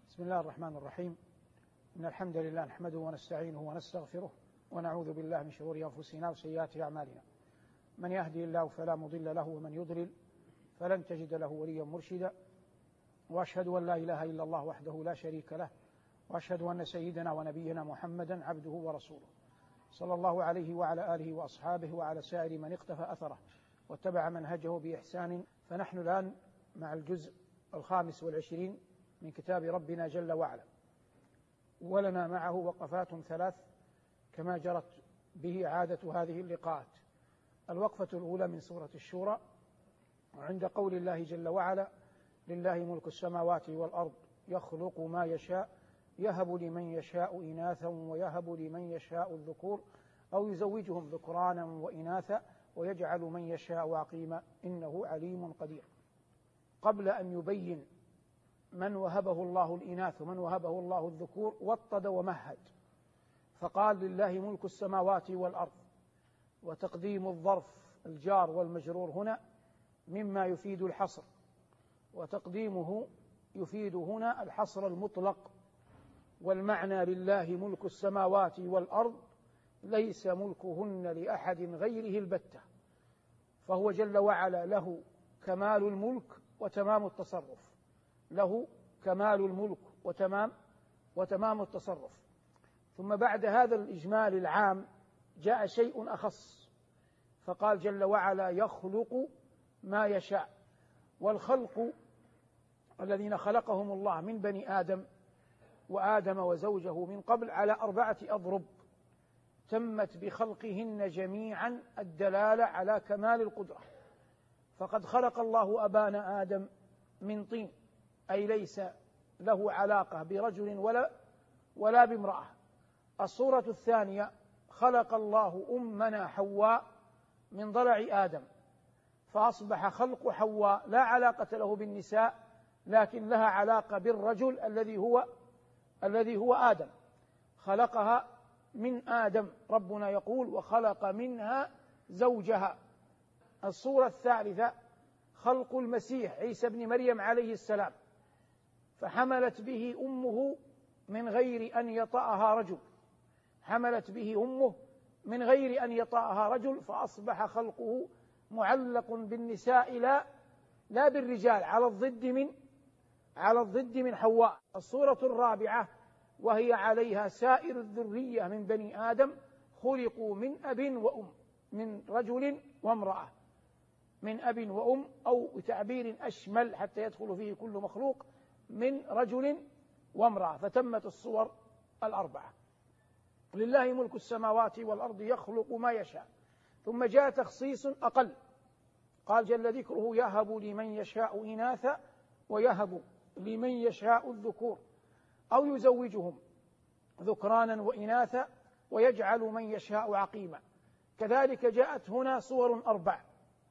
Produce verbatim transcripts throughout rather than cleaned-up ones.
بسم الله الرحمن الرحيم. إن الحمد لله نحمده ونستعينه ونستغفره ونعوذ بالله من شرور أنفسنا وسيئات أعمالنا. من يهدي الله فلا مضل له ومن يضلل فلن تجد له وليا مرشدا، وأشهد أن لا إله إلا الله وحده لا شريك له، وأشهد أن سيدنا ونبينا محمدا عبده ورسوله صلى الله عليه وعلى آله وأصحابه وعلى سائر من اقتفى أثره واتبع منهجه بإحسان. فنحن الآن مع الجزء الخامس والعشرين من كتاب ربنا جل وعلا، ولنا معه وقفات ثلاث كما جرت به عادة هذه اللقاءات. الوقفة الأولى من سورة الشورى عند قول الله جل وعلا: لله ملك السماوات والأرض يخلق ما يشاء يهب لمن يشاء إناثا ويهب لمن يشاء الذكور أو يزوجهم ذكرانا وإناثا ويجعل من يشاء عقيما إنه عليم قدير. قبل أن يبين من وهبه الله الإناث ومن وهبه الله الذكور وطد ومهد، فقال: لله ملك السماوات والأرض، وتقديم الظرف الجار والمجرور هنا مما يفيد الحصر، وتقديمه يفيد هنا الحصر المطلق، والمعنى لله ملك السماوات والأرض ليس ملكهن لأحد غيره البتة، فهو جل وعلا له كمال الملك وتمام التصرف، له كمال الملك وتمام وتمام التصرف. ثم بعد هذا الإجمال العام جاء شيء أخص، فقال جل وعلا: يخلق ما يشاء. والخلق الذين خلقهم الله من بني آدم وآدم وزوجه من قبل على أربعة أضرب تمت بخلقهن جميعا الدلالة على كمال القدرة. فقد خلق الله أبانا آدم من طين، أي ليس له علاقة برجل ولا ولا بامرأة. الصورة الثانية: خلق الله أمنا حواء من ضلع آدم، فأصبح خلق حواء لا علاقة له بالنساء، لكن لها علاقة بالرجل الذي هو الذي هو آدم. خلقها من آدم، ربنا يقول: وخلق منها زوجها. الصورة الثالثة: خلق المسيح عيسى بن مريم عليه السلام، فحملت به أمه من غير أن يطأها رجل، حملت به أمه من غير أن يطأها رجل، فأصبح خلقه معلق بالنساء لا لا بالرجال، على الضد من على الضد من حواء. الصورة الرابعة وهي عليها سائر الذرية من بني آدم، خلقوا من أب وأم، من رجل وامرأة، من أب وأم، أو بتعبير أشمل حتى يدخل فيه كل مخلوق، من رجل وامرأة، فتمت الصور الأربعة. لله ملك السماوات والأرض يخلق ما يشاء. ثم جاء تخصيص أقل، قال جل ذكره: يهب لمن يشاء إناثا ويهب لمن يشاء الذكور أو يزوجهم ذكرانا وإناثا ويجعل من يشاء عقيما. كذلك جاءت هنا صور أربع،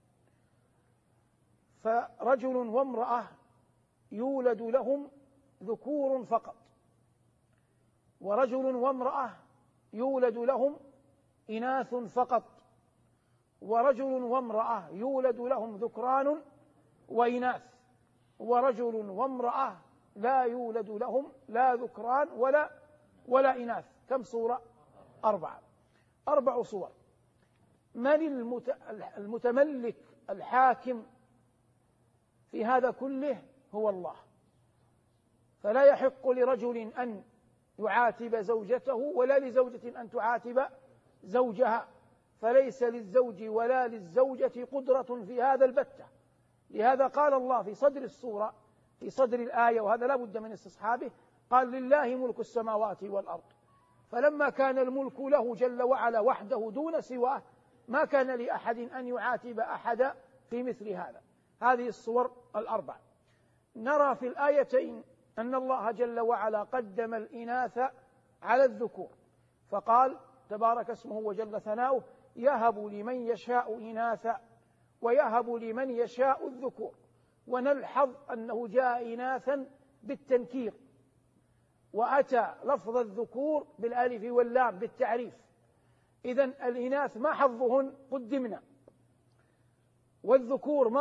فرجل وامرأة يولد لهم ذكور فقط، ورجل وامرأة يولد لهم إناث فقط، ورجل وامرأة يولد لهم ذكران وإناث، ورجل وامرأة لا يولد لهم لا ذكران ولا ولا إناث. كم صورة؟ أربعة أربع صور. من المتملك الحاكم في هذا كله؟ هو الله. فلا يحق لرجل أن يعاتب زوجته ولا لزوجة أن تعاتب زوجها، فليس للزوج ولا للزوجة قدرة في هذا البتة. لهذا قال الله في صدر السورة، في صدر الآية، وهذا لا بد من استصحابه، قال: لله ملك السماوات والأرض. فلما كان الملك له جل وعلا وحده دون سواه، ما كان لأحد أن يعاتب أحدا في مثل هذا. هذه الصور الأربع. نرى في الآيتين أن الله جل وعلا قدم الإناث على الذكور، فقال تبارك اسمه وجل ثناؤه: يهب لمن يشاء إناثا ويهب لمن يشاء الذكور. ونلحظ أنه جاء إناثا بالتنكير، وأتى لفظ الذكور بالألف واللام بالتعريف. إذن الإناث ما حظهن قدمنا، والذكور ما حظهن عرفنا. واضح هذا؟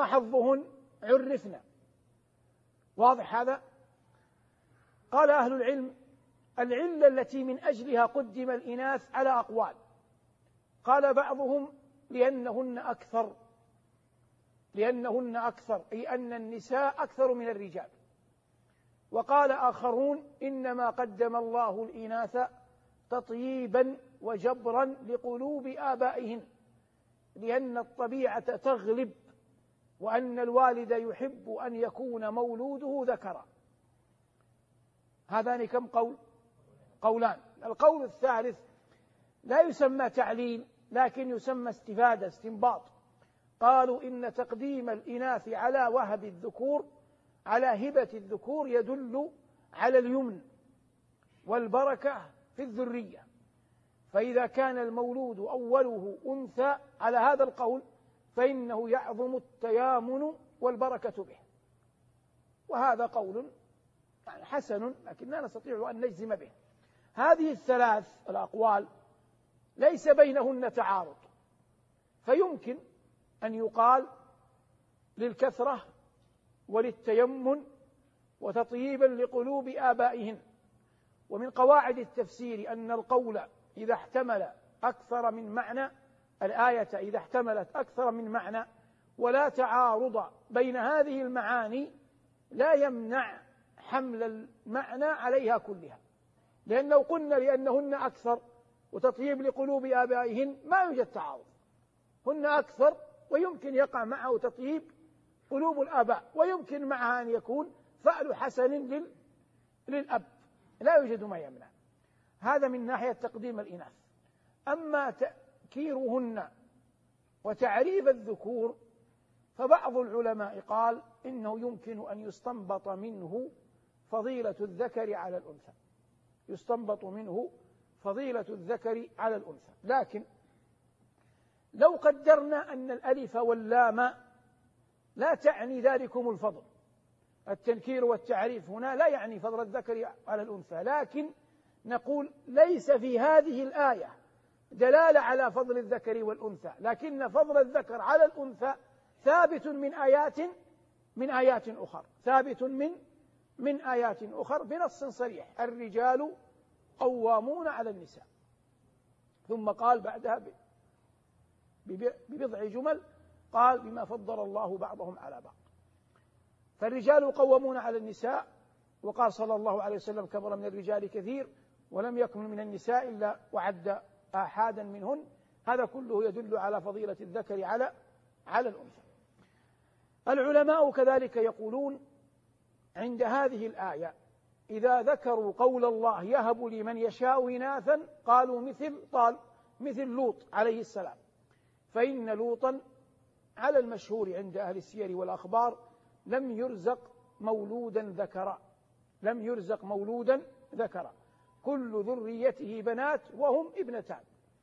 قال أهل العلم: العلة التي من أجلها قدم الإناث على أقوال. قال بعضهم: لأنهن أكثر لأنهن أكثر أي أن النساء أكثر من الرجال. وقال آخرون: إنما قدم الله الإناث تطييبا وجبرا لقلوب آبائهن، لأن الطبيعة تغلب، وأن الوالد يحب أن يكون مولوده ذكرا. هذان كم قول؟ قولان. القول الثالث لا يسمى تعليل، لكن يسمى استفادة، استنباط. قالوا: إن تقديم الإناث على وهب الذكور، على هبة الذكور، يدل على اليمن والبركة في الذرية، فإذا كان المولود أوله أنثى على هذا القول فإنه يعظم التيامن والبركة به. وهذا قول يعني حسن، لكن لا نستطيع أن نجزم به. هذه الثلاث الأقوال ليس بينهن تعارض، فيمكن أن يقال للكثرة وللتيمن وتطييبا لقلوب آبائهن. ومن قواعد التفسير أن القول إذا احتمل أكثر من معنى، الآية إذا احتملت أكثر من معنى ولا تعارض بين هذه المعاني، لا يمنع حمل المعنى عليها كلها، لأن لو قلنا لأنهن أكثر وتطيب لقلوب آبائهن ما يوجد تعارض، هن أكثر ويمكن يقع معه تطيب قلوب الآباء، ويمكن معها أن يكون فعل حسن لل... للأب، لا يوجد ما يمنع. هذا من ناحية تقديم الإناث. أما تأكيرهن وتعريف الذكور فبعض العلماء قال إنه يمكن أن يستنبط منه فضيلة الذكر على الأنثى، يستنبط منه فضيلة الذكر على الأنثى. لكن لو قدرنا أن الألف واللام لا تعني ذلكم الفضل، التنكير والتعريف هنا لا يعني فضل الذكر على الأنثى، لكن نقول ليس في هذه الآية دلالة على فضل الذكر والأنثى، لكن فضل الذكر على الأنثى ثابت من آيات من آيات أخر، ثابت من من آيات أخر بنص صريح: الرجال قوامون على النساء. ثم قال بعدها ببضع جمل قال: بما فضل الله بعضهم على بعض. فالرجال قوامون على النساء، وقال صلى الله عليه وسلم: كبر من الرجال كثير ولم يكن من النساء إلا وعد آحادا منهن. هذا كله يدل على فضيلة الذكر على على الأنثى. العلماء كذلك يقولون عند هذه الآية إذا ذكروا قول الله: يهب لمن يشاء إناثا، قالوا مثل طال مثل لوط عليه السلام، فإن لوطا على المشهور عند أهل السير والأخبار لم يرزق مولودا ذكرا، لم يرزق مولودا ذكرا، كل ذريته بنات وهم ابنتان.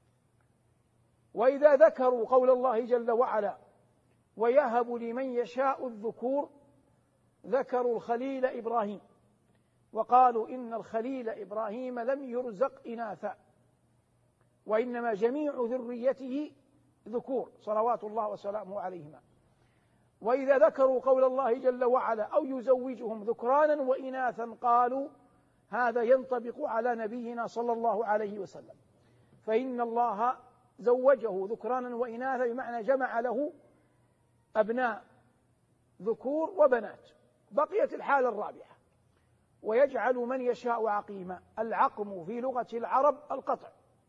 وإذا ذكروا قول الله جل وعلا: ويهب لمن يشاء الذكور، ذكروا الخليل إبراهيم، وقالوا إن الخليل إبراهيم لم يرزق إناثا، وإنما جميع ذريته ذكور صلوات الله وسلامه عليهما. وإذا ذكروا قول الله جل وعلا: أو يزوجهم ذكرانا وإناثا، قالوا هذا ينطبق على نبينا صلى الله عليه وسلم، فإن الله زوجه ذكرانا وإناثا، بمعنى جمع له أبناء ذكور وبنات. بقيت الحالة الرابعة: ويجعل من يشاء عقيما. العقم في لغة العرب القطع،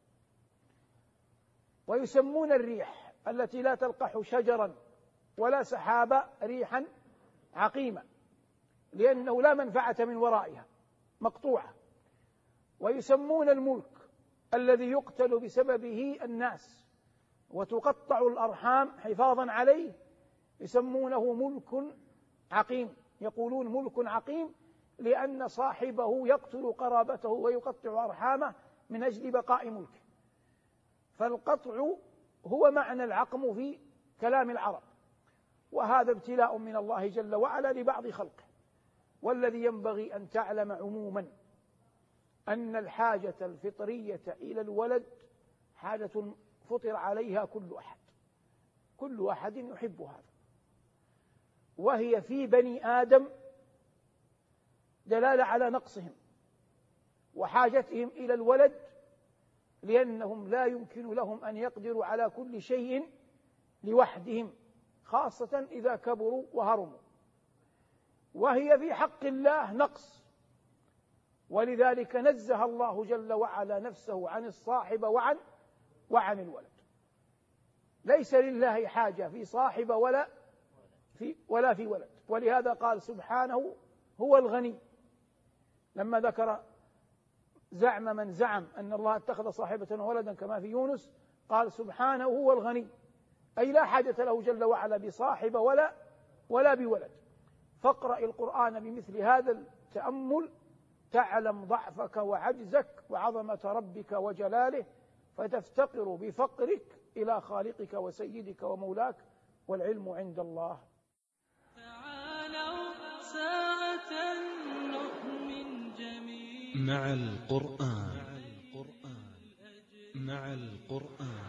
ويسمون الريح التي لا تلقح شجرا ولا سحابة ريحا عقيمة، لأنه لا منفعة من ورائها، مقطوعة. ويسمون الملك الذي يقتل بسببه الناس وتقطع الأرحام حفاظا عليه، يسمونه ملك عقيم. يقولون ملك عقيم لأن صاحبه يقتل قرابته ويقطع أرحامه من أجل بقاء ملكه. فالقطع هو معنى العقم في كلام العرب، وهذا ابتلاء من الله جل وعلا لبعض خلقه. والذي ينبغي أن تعلم عموما أن الحاجة الفطرية إلى الولد حاجة فطر عليها كل أحد، كل أحد يحب هذا، وهي في بني آدم دلالة على نقصهم وحاجتهم إلى الولد، لأنهم لا يمكن لهم أن يقدروا على كل شيء لوحدهم، خاصة إذا كبروا وهرموا، وهي في حق الله نقص. ولذلك نزه الله جل وعلا نفسه عن الصاحب وعن وعن الولد. ليس لله حاجة في صاحب ولا في ولا في ولد. ولهذا قال سبحانه هو الغني، لما ذكر زعم من زعم أن الله اتخذ صاحبة وولدا كما في يونس، قال سبحانه هو الغني، أي لا حاجة له جل وعلا بصاحب ولا ولا بولد. فاقرأ القرآن بمثل هذا التأمل تعلم ضعفك وعجزك وعظمة ربك وجلاله، فتفتقر بفقرك إلى خالقك وسيدك ومولاك، والعلم عند الله. تعالوا ساعة نؤمن جميعا مع القرآن مع القرآن.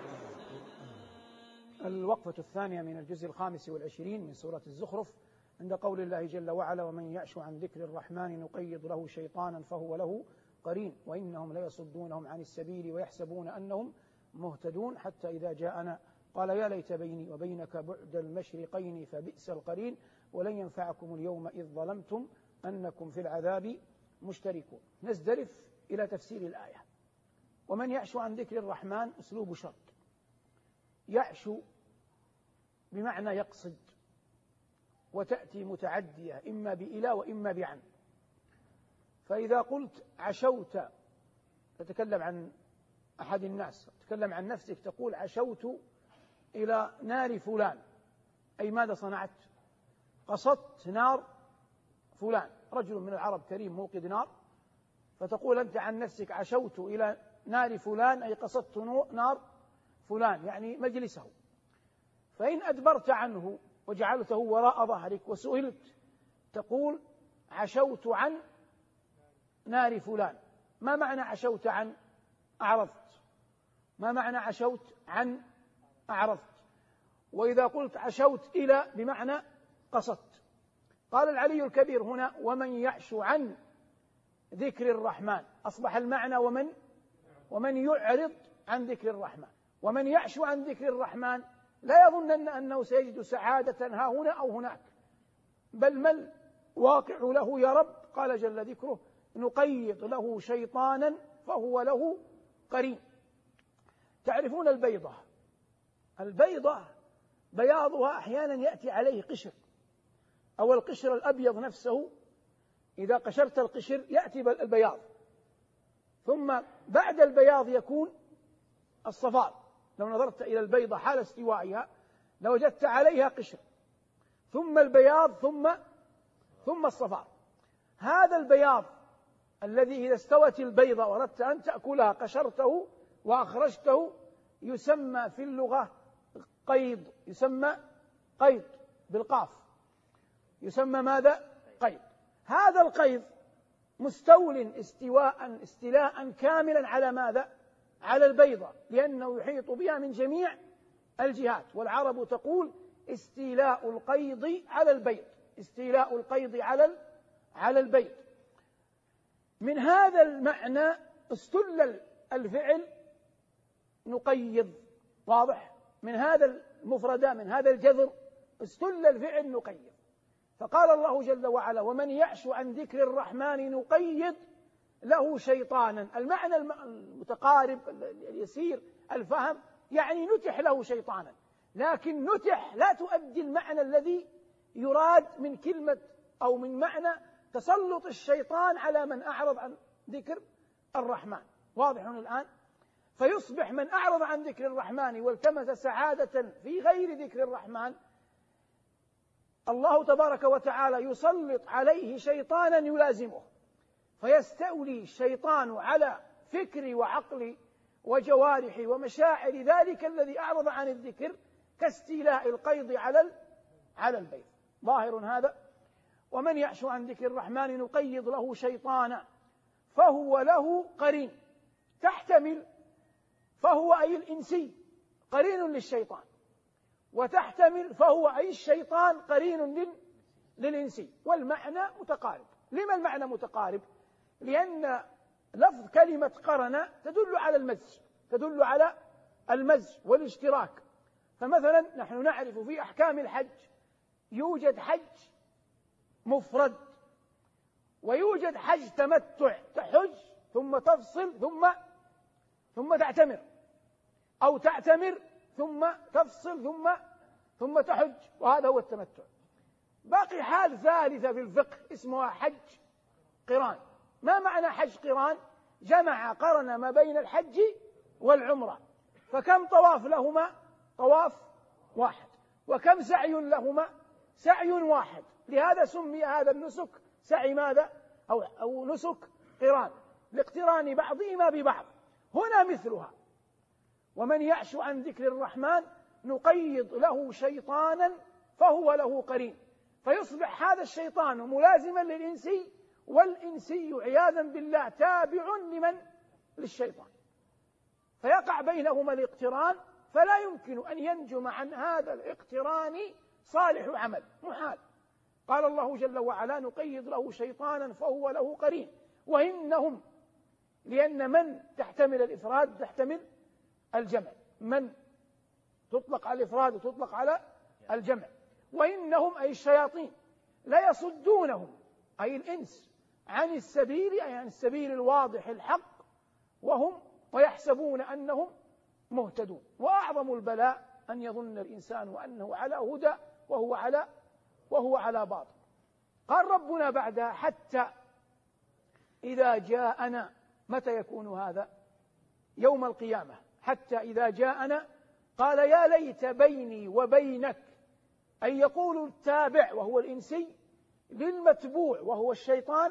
الوقفة الثانية من الجزء الخامس والعشرين من سورة الزخرف، عند قول الله جل وعلا ومن يعش عن ذكر الرحمن نقيض له شيطانا فهو له قرين وإنهم ليصدونهم عن السبيل ويحسبون أنهم مهتدون حتى إذا جاءنا قال يا ليت بيني وبينك بعد المشرقين فبئس القرين ولن ينفعكم اليوم إذ ظلمتم أنكم في العذاب مشتركون. نزدرف إلى تفسير الآية. ومن يعش عن ذكر الرحمن أسلوب شرط، يعش بمعنى يقصد، وتأتي متعدية إما بإلى وإما بعن. فإذا قلت عشوت تتكلم عن أحد الناس، تتكلم عن نفسك، تقول عشوت إلى نار فلان، أي ماذا صنعت؟ قصدت نار فلان. رجل من العرب كريم موقد نار، فتقول أنت عن نفسك عشوت إلى نار فلان، أي قصدت نار فلان، يعني مجلسه. فإن أدبرت عنه وجعلته وراء ظهرك وسئلت تقول عشوت عن نار فلان. ما معنى عشوت عن؟ أعرضت. ما معنى عشوت عن؟ أعرضت. وإذا قلت عشوت إلى بمعنى قصدت. قال العلي الكبير هنا ومن يعش عن ذكر الرحمن، أصبح المعنى ومن ومن يعرض عن ذكر الرحمن. ومن يعش عن ذكر الرحمن لا يظنن أنه سيجد سعادة ها هنا أو هناك، بل ما الواقع له يا رب؟ قال جل ذكره نقيض له شيطانا فهو له قرين. تعرفون البيضة؟ البيضة بياضها أحيانا يأتي عليه قشر، أو القشر الأبيض نفسه إذا قشرت القشر يأتي البياض، ثم بعد البياض يكون الصفار. لو نظرت إلى البيضة حال استوائها لوجدت عليها قشر، ثم البياض، ثم ثم الصفار. هذا البياض الذي إذا استوت البيضة وردت أن تأكلها قشرته وأخرجته يسمى في اللغة قيض، يسمى قيض بالقاف، يسمى ماذا؟ قيض. هذا القيض مستول استواء استيلاء كاملا على ماذا؟ على البيضة، لأنه يحيط بها من جميع الجهات. والعرب تقول استيلاء القيض على البيض، استيلاء القيض على على البيض. من هذا المعنى استل الفعل نقيض، واضح؟ من هذا المفردة، من هذا الجذر استل الفعل نقيض. فقال الله جل وعلا ومن يعش عن ذكر الرحمن نقيض له شيطانا. المعنى المتقارب اليسير الفهم يعني نتح له شيطانا، لكن نتح لا تؤدي المعنى الذي يراد من كلمة أو من معنى تسلط الشيطان على من أعرض عن ذكر الرحمن. واضح الآن؟ فيصبح من أعرض عن ذكر الرحمن والتمس سعادة في غير ذكر الرحمن الله تبارك وتعالى يسلط عليه شيطانا يلازمه، فيستولي الشيطان على فكر وعقل وجوارح ومشاعر ذلك الذي أعرض عن الذكر، كاستيلاء القيض على على البيض. ظاهر هذا؟ ومن يعش عن ذكر الرحمن نقيض له شيطانا فهو له قرين. تحتمل فهو أي الإنسي قرين للشيطان، وتحتمل فهو أي الشيطان قرين للإنسي، والمعنى متقارب. لما المعنى متقارب؟ لأن لفظ كلمة قرن تدل على المزج، تدل على المزج والاشتراك. فمثلا نحن نعرف في أحكام الحج يوجد حج مفرد ويوجد حج تمتع، تحج ثم تفصل ثم ثم تعتمر، أو تعتمر ثم تفصل ثم ثم تحج، وهذا هو التمتع. باقي حال ثالثة في الفقه اسمها حج قران. ما معنى حج قران؟ جمع قرن ما بين الحج والعمرة. فكم طواف لهما؟ طواف واحد. وكم سعي لهما؟ سعي واحد. لهذا سمي هذا النسك سعي ماذا؟ أو, أو نسك قران، لاقتران بعضهما ببعض. هنا مثلها: ومن يعش عن ذكر الرحمن نقيض له شيطانا فهو له قرين. فيصبح هذا الشيطان ملازما للإنسي، والإنسي عياذا بالله تابع لمن؟ للشيطان. فيقع بينهما الاقتران، فلا يمكن أن ينجم عن هذا الاقتران صالح عمل، محال. قال الله جل وعلا: نقيض له شيطانا فهو له قرين. وإنهم، لأن من تحتمل الإفراد تحتمل الجمع، من تطلق على الإفراد وتطلق على الجمع. وإنهم أي الشياطين لا يصدونهم أي الإنس عن السبيل، أي عن السبيل الواضح الحق، وهم ويحسبون أنهم مهتدون. وأعظم البلاء أن يظن الإنسان أنه على هدى وهو على وهو على باطل. قال ربنا بعدها: حتى إذا جاءنا. متى يكون هذا؟ يوم القيامة. حتى إذا جاءنا قال: يا ليت بيني وبينك، أي يقول التابع وهو الإنسي للمتبوع وهو الشيطان: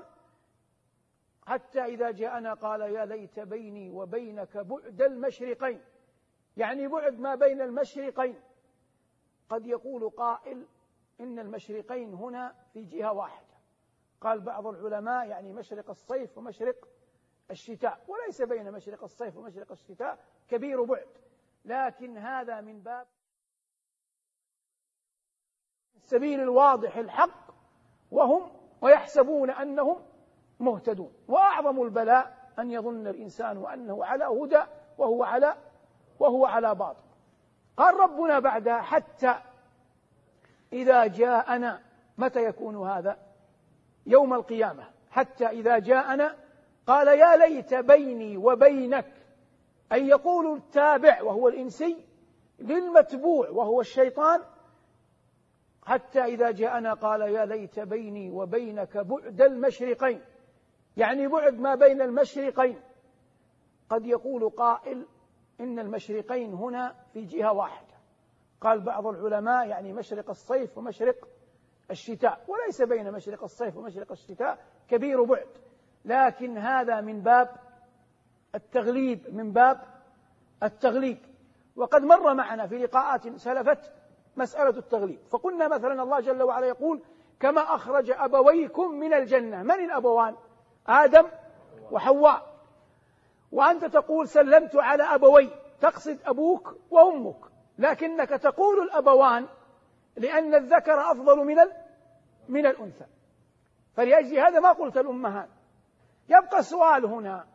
حتى إذا جاءنا قال: يا ليت بيني وبينك بعد المشرقين، يعني بعد ما بين المشرقين. قد يقول قائل إن المشرقين هنا في جهة واحدة. قال بعض العلماء يعني مشرق الصيف ومشرق الشتاء، وليس بين مشرق الصيف ومشرق الشتاء كبير بعد، لكن هذا من باب السبيل الواضح الحق، وهم ويحسبون أنهم مهتدون. وأعظم البلاء أن يظن الإنسان أنه على هدى وهو على وهو على باطل. قال ربنا بعدها: حتى إذا جاءنا. متى يكون هذا؟ يوم القيامة. حتى إذا جاءنا قال: يا ليت بيني وبينك، أي يقول التابع وهو الإنسي للمتبوع وهو الشيطان: حتى إذا جاءنا قال: يا ليت بيني وبينك بعد المشرقين، يعني بعد ما بين المشرقين. قد يقول قائل إن المشرقين هنا في جهة واحدة. قال بعض العلماء يعني مشرق الصيف ومشرق الشتاء، وليس بين مشرق الصيف ومشرق الشتاء كبير بعد، لكن هذا من باب التغليب، من باب التغليب. وقد مر معنا في لقاءات سلفت مسألة التغليب، فقلنا مثلا الله جل وعلا يقول: كما أخرج أبويكم من الجنة. من الأبوان؟ آدم وحواء. وأنت تقول سلمت على أبوي، تقصد أبوك وأمك، لكنك تقول الأبوان لأن الذكر أفضل من من الأنثى، فلأجل هذا ما قلت الأمهات. يبقى السؤال هنا: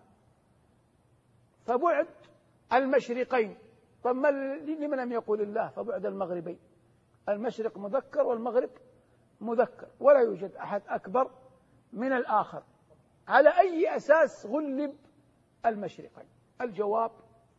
فبعد المشرقين، طب لمن لم يقول الله فبعد المغربين؟ المشرق مذكر والمغرب مذكر، ولا يوجد أحد أكبر من الآخر. على أي أساس غلب المشرقين؟ الجواب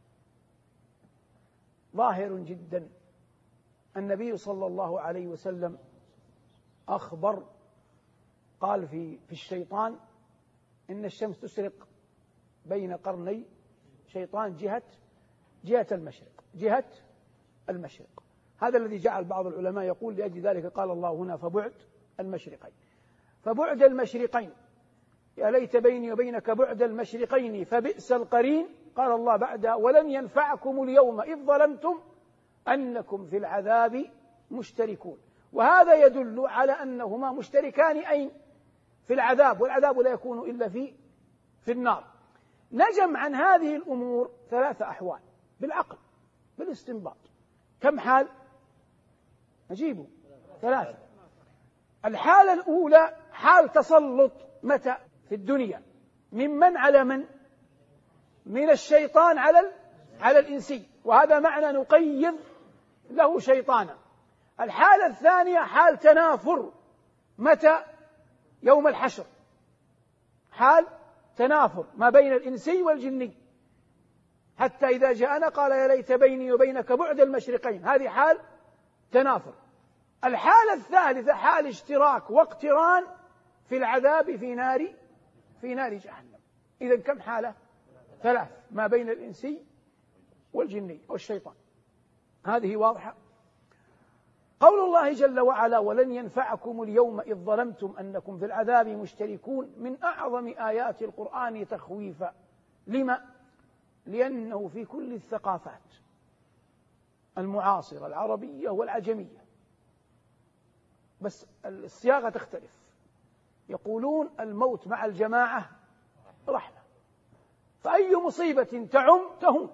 ظاهر جدا. النبي صلى الله عليه وسلم أخبر، قال في في الشيطان: إن الشمس تشرق بين قرني شيطان جهة جهة المشرق، جهة المشرق. هذا الذي جعل بعض العلماء يقول لأجل ذلك قال الله هنا فبعد المشرقين. فبعد المشرقين، يا ليت بيني وبينك بعد المشرقين فبئس القرين. قال الله بعدها: ولن ينفعكم اليوم إذ ظلمتم أنكم في العذاب مشتركون. وهذا يدل على أنهما مشتركان أين؟ في العذاب، والعذاب لا يكون إلا في في النار. نجم عن هذه الأمور ثلاثة أحوال بالعقل بالاستنباط. كم حال؟ نجيبه ثلاثة. الحالة الأولى حال تسلط متى في الدنيا، ممن على من؟ من الشيطان على على الإنسي، وهذا معنى نقيض له شيطانا. الحالة الثانية حال تنافر، متى؟ يوم الحشر، حال تنافر ما بين الإنسي والجني، حتى إذا جاءنا قال يا ليت بيني وبينك بعد المشرقين، هذه حال تنافر. الحالة الثالثة حال اشتراك واقتران في العذاب في نار في نار جهنم. إذن كم حالة؟ ثلاث، ما بين الإنسي والجني والشيطان. هذه واضحة. قول الله جل وعلا ولن ينفعكم اليوم إذ ظلمتم أنكم في العذاب مشتركون من أعظم آيات القرآن تخويفا. لما؟ لأنه في كل الثقافات المعاصرة العربية والعجمية، بس الصياغة تختلف، يقولون الموت مع الجماعة رحمة، فأي مصيبة تعم تهون.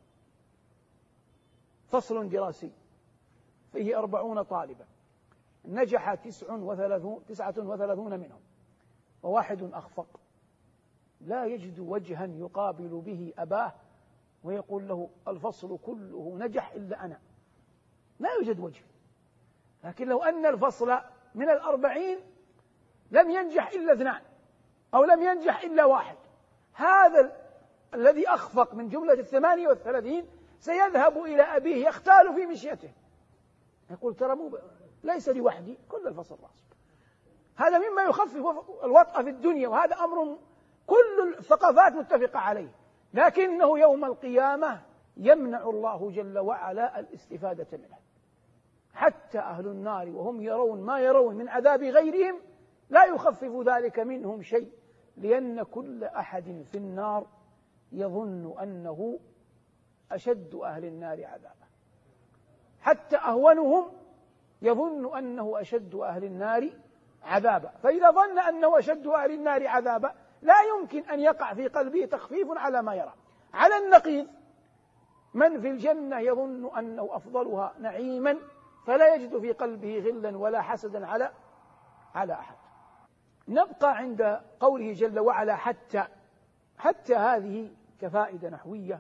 فصل دراسي فيه أربعون طالبا، نجح تسع وثلاثون تسعة وثلاثون منهم، وواحد أخفق لا يجد وجها يقابل به أباه ويقول له الفصل كله نجح إلا أنا، لا يوجد وجه. لكن لو أن الفصل من الأربعين لم ينجح إلا اثنان أو لم ينجح إلا واحد، هذا الذي أخفق من جملة الثمانية والثلاثين سيذهب إلى أبيه يختال في مشيته، يقول ترى مو ليس لوحدي، كل الفصل راسب. هذا مما يخفف الوطأ في الدنيا، وهذا أمر كل الثقافات متفقة عليه، لكنه يوم القيامة يمنع الله جل وعلا الاستفادة منه. حتى أهل النار وهم يرون ما يرون من عذاب غيرهم لا يخفف ذلك منهم شيء، لأن كل أحد في النار يظن أنه أشد أهل النار عذابا، حتى أهونهم يظن أنه أشد أهل النار عذابا. فإذا ظن أنه أشد أهل النار عذابا لا يمكن أن يقع في قلبه تخفيف على ما يرى. على النقيض من في الجنة يظن أنه أفضلها نعيما، فلا يجد في قلبه غلا ولا حسدا على على أحد. نبقى عند قوله جل وعلا حتى. حتى هذه كفائدة نحوية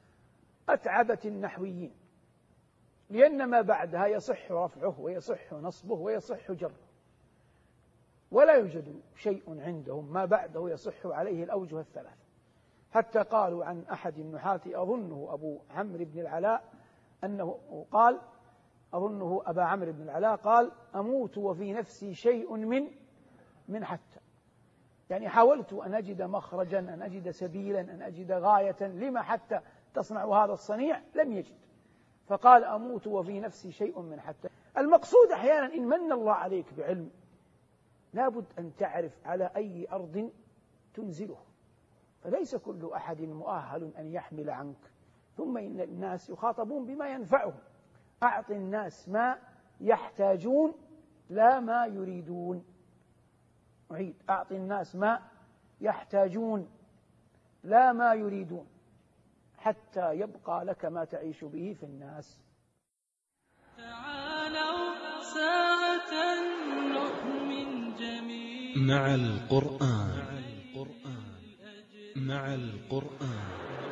أتعبت النحويين، لأن ما بعدها يصح رفعه ويصح نصبه ويصح جره، ولا يوجد شيء عندهم ما بعده يصح عليه الأوجه الثلاثة. حتى قالوا عن أحد النحاة أظنه أبو عمرو بن العلاء أنه قال أظنه أبا عمرو بن العلاء قال أموت وفي نفسي شيء من من حتى، يعني حاولت أن أجد مخرجا، أن أجد سبيلا، أن أجد غاية، لما حتى تصنع هذا الصنيع؟ لم يجد، فقال أموت وفي نفسي شيء من حتى. المقصود أحيانا إن من الله عليك بعلم لابد أن تعرف على أي أرض تنزله، فليس كل أحد مؤهل أن يحمل عنك. ثم إن الناس يخاطبون بما ينفعهم، أعط الناس ما يحتاجون لا ما يريدون. أعيد، أعط الناس ما يحتاجون لا ما يريدون حتى يبقى لك ما تعيش به في الناس. تعالوا ساعة نؤمن جميعا مع القرآن. مع القرآن.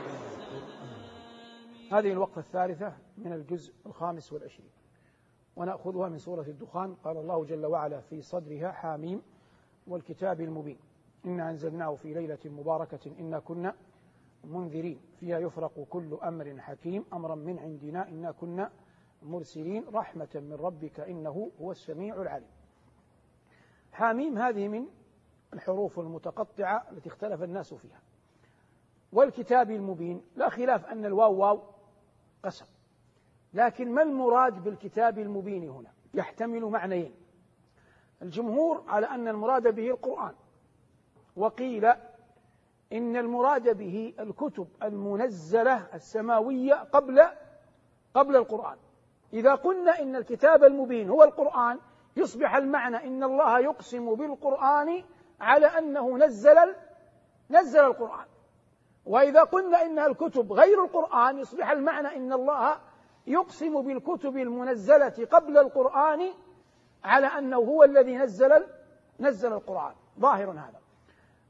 هذه الوقفة الثالثة من الجزء الخامس والعشرين، ونأخذها من سورة الدخان. قال الله جل وعلا في صدرها حاميم والكتاب المبين إنا أنزلناه في ليلة مباركة إنا كنا منذرين فيها يفرق كل أمر حكيم أمرا من عندنا إنا كنا مرسلين رحمة من ربك إنه هو السميع العليم. حاميم هذه من الحروف المتقطعة التي اختلف الناس فيها. والكتاب المبين لا خلاف أن الواو واو قسم، لكن ما المراد بالكتاب المبين هنا؟ يحتمل معنيين. الجمهور على أن المراد به القرآن، وقيل إن المراد به الكتب المنزلة السماوية قبل قبل القرآن. إذا قلنا إن الكتاب المبين هو القرآن يصبح المعنى إن الله يقسم بالقرآن على أنه نزل نزل القرآن. وإذا قلنا إنها الكتب غير القرآن يصبح المعنى إن الله يقسم بالكتب المنزلة قبل القرآن على أنه هو الذي نزل نزل القرآن. ظاهر هذا.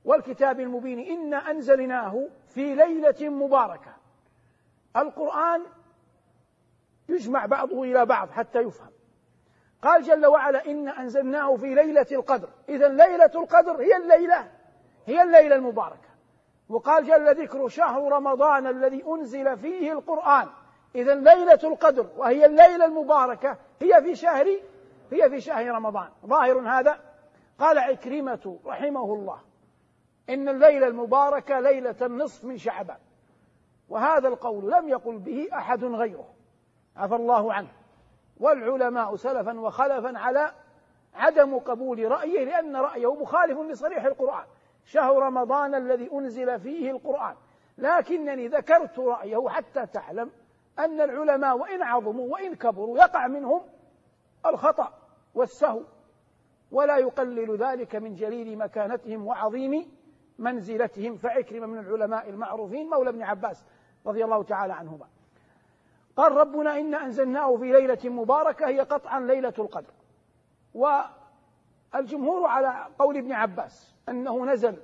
والكتاب المبين إنا أنزلناه في ليلة مباركة. القرآن يجمع بعضه إلى بعض حتى يفهم. قال جل وعلا إنا أنزلناه في ليلة القدر، إذن ليلة القدر هي الليلة هي الليلة المباركة. وقال جل ذكره شهر رمضان الذي أنزل فيه القرآن، إذن ليلة القدر وهي الليلة المباركة هي في شهر هي في شهر رمضان. ظاهر هذا. قال عكرمة رحمه الله إن الليلة المباركة ليلة النصف من شعبان، وهذا القول لم يقل به أحد غيره عفى الله عنه، والعلماء سلفا وخلفا على عدم قبول رأيه، لأن رأيه مخالف لصريح القرآن، شهر رمضان الذي أنزل فيه القرآن. لكنني ذكرت رأيه حتى تعلم أن العلماء وإن عظموا وإن كبروا يقع منهم الخطأ والسهو، ولا يقلل ذلك من جليل مكانتهم وعظيم منزلتهم. فعكرمة من العلماء المعروفين مولى ابن عباس رضي الله تعالى عنهما. قال ربنا إنا أنزلناه في ليلة مباركة، هي قطعا ليلة القدر. والجمهور على قول ابن عباس أنه نزل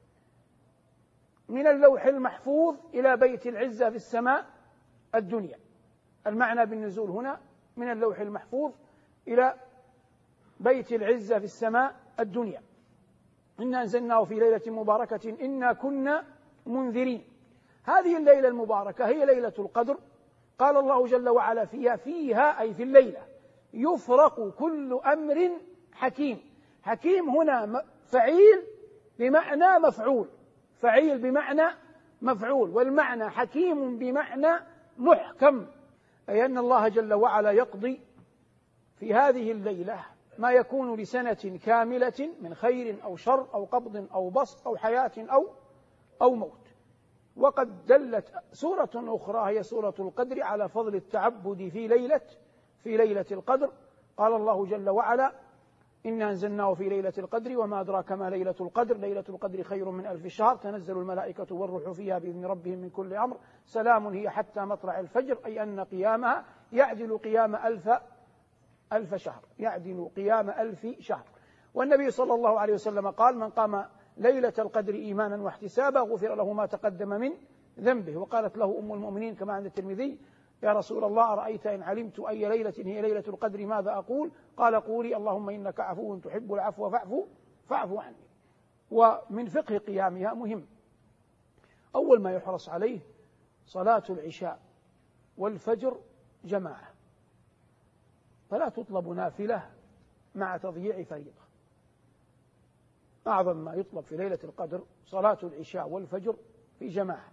من اللوح المحفوظ إلى بيت العزة في السماء الدنيا. المعنى بالنزول هنا من اللوح المحفوظ إلى بيت العزة في السماء الدنيا. إنا أنزلناه في ليلة مباركة إنا كنا منذرين. هذه الليلة المباركة هي ليلة القدر. قال الله جل وعلا فيها فيها أي في الليلة يفرق كل أمر حكيم. حكيم هنا فعيل بمعنى مفعول، فعيل بمعنى مفعول، والمعنى حكيم بمعنى محكم، أي أن الله جل وعلا يقضي في هذه الليلة ما يكون لسنة كاملة من خير أو شر أو قبض أو بسط أو حياة أو أو موت. وقد دلت سورة أخرى هي سورة القدر على فضل التعبد في ليلة في ليلة القدر. قال الله جل وعلا إنا أنزلناه في ليلة القدر وما أدراك ما ليلة القدر ليلة القدر خير من ألف شهر تنزل الملائكة والروح فيها بإذن ربهم من كل أمر سلام هي حتى مطلع الفجر، أي أن قيامها يعدل قيام ألف ألف شهر يعدل قيام ألف شهر. والنبي صلى الله عليه وسلم قال من قام ليلة القدر إيمانا واحتسابا غفر له ما تقدم من ذنبه. وقالت له أم المؤمنين كما عند الترمذي يا رسول الله أرأيت إن علمت أي ليلة هي ليلة القدر ماذا أقول؟ قال قولي اللهم إنك عفو تحب العفو فاعفو فاعفو عني. ومن فقه قيامها مهم أول ما يحرص عليه صلاة العشاء والفجر جماعة، فلا تطلب نافلة مع تضييع فريضة. أعظم ما يطلب في ليلة القدر صلاة العشاء والفجر في جماعة،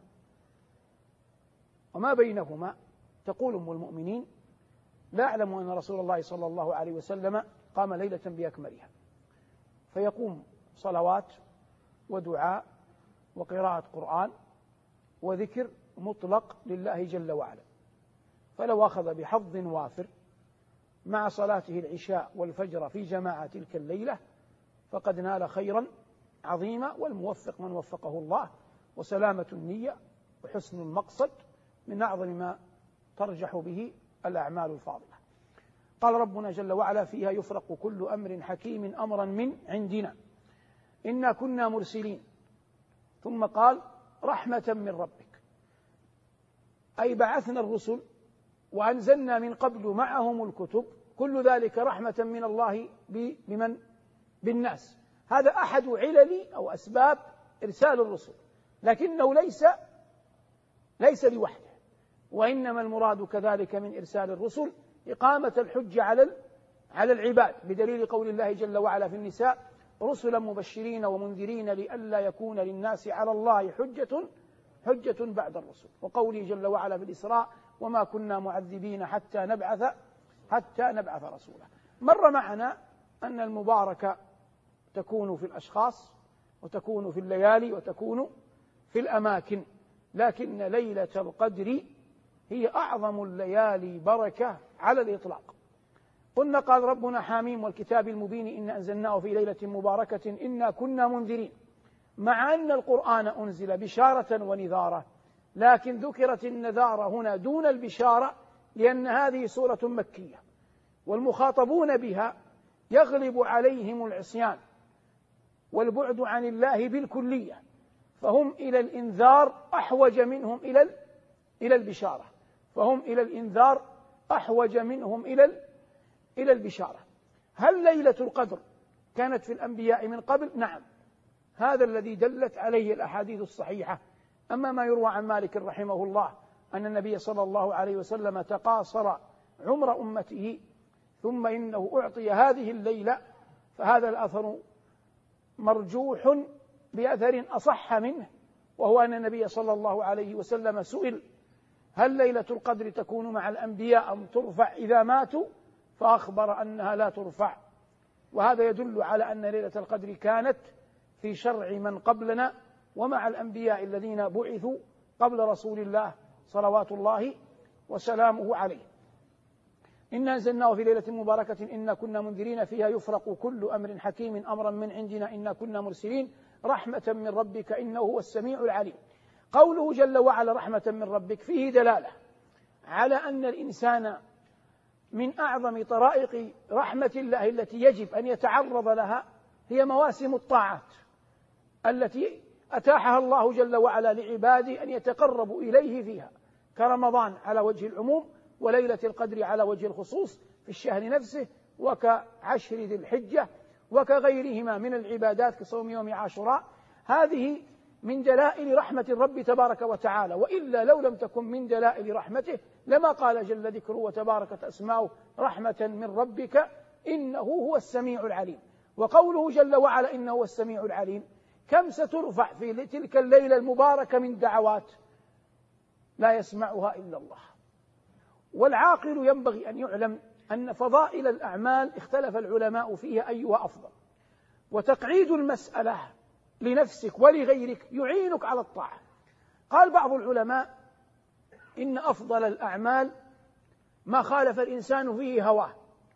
وما بينهما تقول أم المؤمنين لا أعلم أن رسول الله صلى الله عليه وسلم قام ليلة بأكملها، فيقوم صلوات ودعاء وقراءة قرآن وذكر مطلق لله جل وعلا. فلو أخذ بحظ وافر مع صلاته العشاء والفجر في جماعة تلك الليلة فقد نال خيرا عظيما، والموفق من وفقه الله، وسلامة النية وحسن المقصد من أعظم ما ترجح به الأعمال الفاضلة. قال ربنا جل وعلا فيها يفرق كل أمر حكيم أمرا من عندنا إنا كنا مرسلين. ثم قال رحمة من ربك، أي بعثنا الرسل وأنزلنا من قبل معهم الكتب، كل ذلك رحمة من الله بمن بالناس. هذا أحد علل أو أسباب إرسال الرسل، لكنه ليس ليس لوحده، وإنما المراد كذلك من إرسال الرسل إقامة الحجة على على العباد، بدليل قول الله جل وعلا في النساء رسلا مبشرين ومنذرين لئلا يكون للناس على الله حجة حجة بعد الرسل، وقوله جل وعلا في الإسراء وما كنا معذبين حتى نبعث حتى نبعث رسولا. مر معنا أن المباركة تكون في الأشخاص وتكون في الليالي وتكون في الأماكن، لكن ليلة القدر هي أعظم الليالي بركة على الإطلاق. قلنا قال ربنا حاميم والكتاب المبين إنا أنزلناه في ليلة مباركة إنا كنا منذرين، مع أن القرآن أنزل بشارة ونذارة، لكن ذكرت النذارة هنا دون البشارة لأن هذه سورة مكية، والمخاطبون بها يغلب عليهم العصيان والبعد عن الله بالكلية، فهم إلى الإنذار أحوج منهم إلى إلى البشارة، فهم إلى الإنذار أحوج منهم إلى إلى البشارة. هل ليلة القدر كانت في الأنبياء من قبل؟ نعم، هذا الذي دلت عليه الأحاديث الصحيحة. أما ما يروى عن مالك رحمه الله أن النبي صلى الله عليه وسلم تقاصر عمر أمته ثم إنه أعطي هذه الليلة، فهذا الأثر مرجوح بأثر أصح منه، وهو أن النبي صلى الله عليه وسلم سئل: هل ليلة القدر تكون مع الأنبياء أم ترفع إذا ماتوا؟ فأخبر أنها لا ترفع، وهذا يدل على أن ليلة القدر كانت في شرع من قبلنا ومع الأنبياء الذين بعثوا قبل رسول الله صلوات الله وسلامه عليه. إنا أنزلناه في ليلة مباركة إنا كنا منذرين فيها يفرق كل أمر حكيم أمرا من عندنا إنا كنا مرسلين رحمة من ربك إنه هو السميع العليم. قوله جل وعلا رحمة من ربك فيه دلالة على أن الإنسان من أعظم طرائق رحمة الله التي يجب أن يتعرض لها هي مواسم الطاعات التي أتاحها الله جل وعلا لعباده أن يتقربوا إليه فيها، كرمضان على وجه العموم، وليلة القدر على وجه الخصوص في الشهر نفسه، وكعشر ذي الحجة، وكغيرهما من العبادات كصوم يوم عاشوراء. هذه من دلائل رحمة الرب تبارك وتعالى، وإلا لو لم تكن من دلائل رحمته لما قال جل ذكره وتباركت أسماؤه رحمة من ربك إنه هو السميع العليم. وقوله جل وعلا إنه هو السميع العليم، كم سترفع في تلك الليلة المباركة من دعوات لا يسمعها إلا الله. والعاقل ينبغي أن يعلم أن فضائل الأعمال اختلف العلماء فيها أيها أفضل، وتقعيد المسألة لنفسك ولغيرك يعينك على الطاعة. قال بعض العلماء إن أفضل الأعمال ما خالف الإنسان فيه هواه،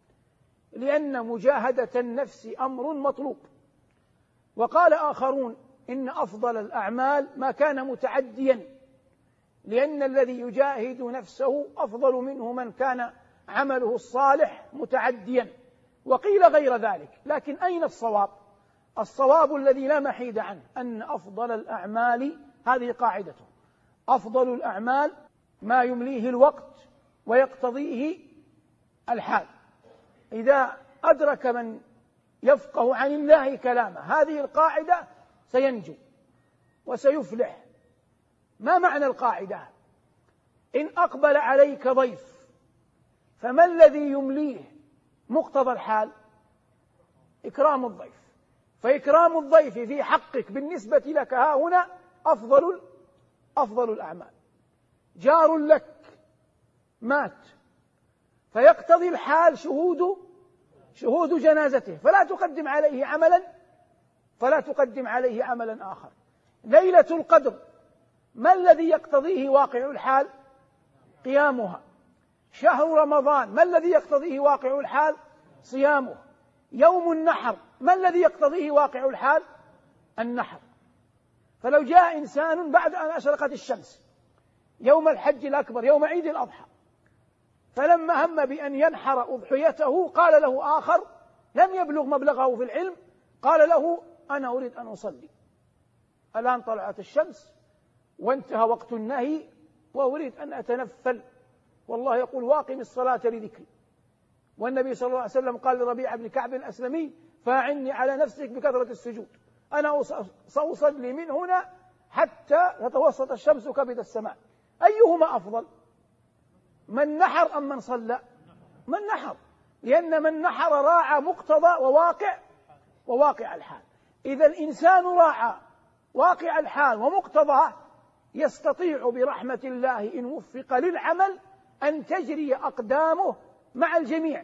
لأن مجاهدة النفس أمر مطلوب. وقال آخرون إن أفضل الأعمال ما كان متعديا، لأن الذي يجاهد نفسه أفضل منه من كان عمله الصالح متعديا. وقيل غير ذلك، لكن أين الصواب؟ الصواب الذي لا محيد عنه أن أفضل الأعمال، هذه قاعدته، أفضل الأعمال ما يمليه الوقت ويقتضيه الحال. إذا أدرك من يفقه عن الله كلامه هذه القاعدة سينجو وسيفلح. ما معنى القاعدة؟ إن أقبل عليك ضيف فما الذي يمليه مقتضى الحال؟ إكرام الضيف، فإكرام الضيف في حقك بالنسبة لك ها هنا أفضل أفضل الأعمال. جار لك مات فيقتضي الحال شهود شهود جنازته، فلا تقدم عليه عملا فلا تقدم عليه عملا آخر. ليلة القدر ما الذي يقتضيه واقع الحال؟ قيامها. شهر رمضان ما الذي يقتضيه واقع الحال؟ صيامه. يوم النحر ما الذي يقتضيه واقع الحال؟ النحر. فلو جاء إنسان بعد أن أشرقت الشمس يوم الحج الأكبر يوم عيد الأضحى، فلما هم بأن ينحر أضحيته قال له آخر لم يبلغ مبلغه في العلم، قال له أنا أريد أن أصلي، الآن طلعت الشمس وانتهى وقت النهي وأريد أن أتنفل، والله يقول واقم الصلاة لذكري. والنبي صلى الله عليه وسلم قال لربيع بن كعب الأسلمي فأعني على نفسك بكثرة السجود، أنا سأصلي من هنا حتى تتوسط الشمس كبد السماء. أيهما أفضل؟ من نحر أم من صلى؟ من نحر، لأن من نحر راعى مقتضى وواقع وواقع الحال. إذا الإنسان راعى واقع الحال ومقتضاه يستطيع برحمة الله إن وفق للعمل أن تجري أقدامه مع الجميع.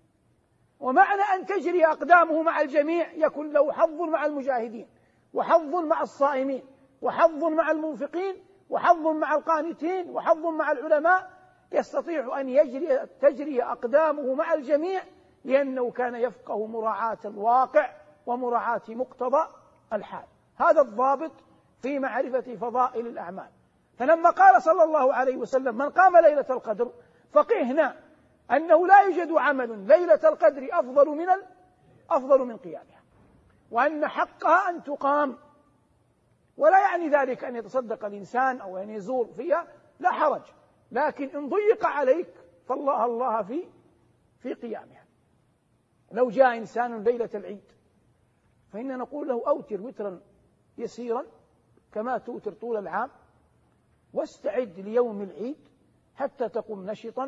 ومعنى أن تجري أقدامه مع الجميع يكون له حظ مع المجاهدين، وحظ مع الصائمين، وحظ مع المنفقين، وحظ مع القانتين، وحظ مع العلماء. يستطيع أن يجري تجري أقدامه مع الجميع لأنه كان يفقه مراعاة الواقع ومراعاة مقتضى الحال. هذا الضابط في معرفة فضائل الأعمال. فلما قال صلى الله عليه وسلم من قام ليلة القدر فقهنا أنه لا يوجد عمل ليلة القدر أفضل من أفضل من قيامها. وأن حقها أن تقام، ولا يعني ذلك أن يتصدق الإنسان أو أن يزور فيها، لا حرج، لكن إن ضيق عليك فالله الله في في قيامها. لو جاء إنسان ليلة العيد فإننا نقول له أوتر وترا يسيرا كما توتر طول العام، واستعد ليوم العيد حتى تقوم نشطا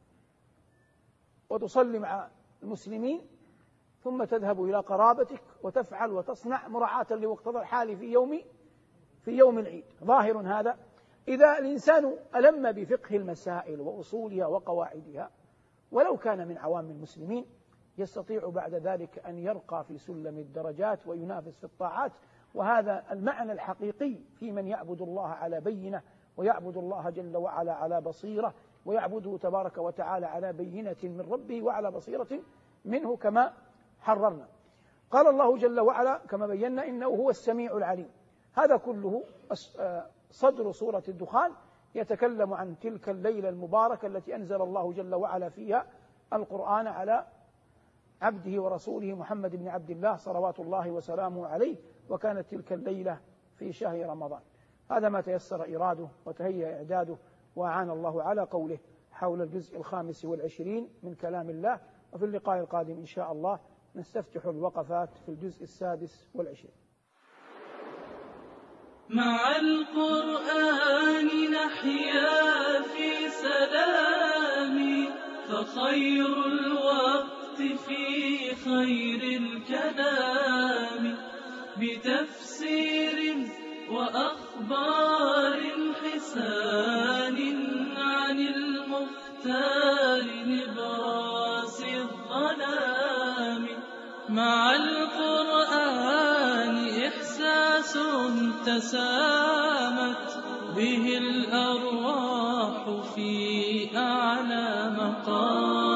وتصلي مع المسلمين، ثم تذهب إلى قرابتك وتفعل وتصنع مراعاة لمقتضى الحال في يوم في يوم العيد. ظاهر هذا. إذا الإنسان ألم بفقه المسائل وأصولها وقواعدها ولو كان من عوام المسلمين، يستطيع بعد ذلك أن يرقى في سلم الدرجات وينافس في الطاعات. وهذا المعنى الحقيقي في من يعبد الله على بينة، ويعبد الله جل وعلا على بصيرة، ويعبده تبارك وتعالى على بينة من ربه وعلى بصيرة منه كما حررنا. قال الله جل وعلا كما بينا إنه هو السميع العليم. هذا كله صدر سورة الدخان يتكلم عن تلك الليلة المباركة التي أنزل الله جل وعلا فيها القرآن على عبده ورسوله محمد بن عبد الله صلوات الله وسلامه عليه، وكانت تلك الليلة في شهر رمضان. هذا ما تيسر إراده وتهيأ إعداده، وأعان الله على قوله حول الجزء الخامس والعشرين من كلام الله. وفي اللقاء القادم إن شاء الله نستفتح الوقفات في الجزء السادس والعشرين. مع القرآن نحيا في سلام، فخير الوقت في خير الكلام، بتفسير وأخبار حسان عن المختار نبراس الظلام. مع القرآن إحساس تسامت به الأرواح في أعلى مقام.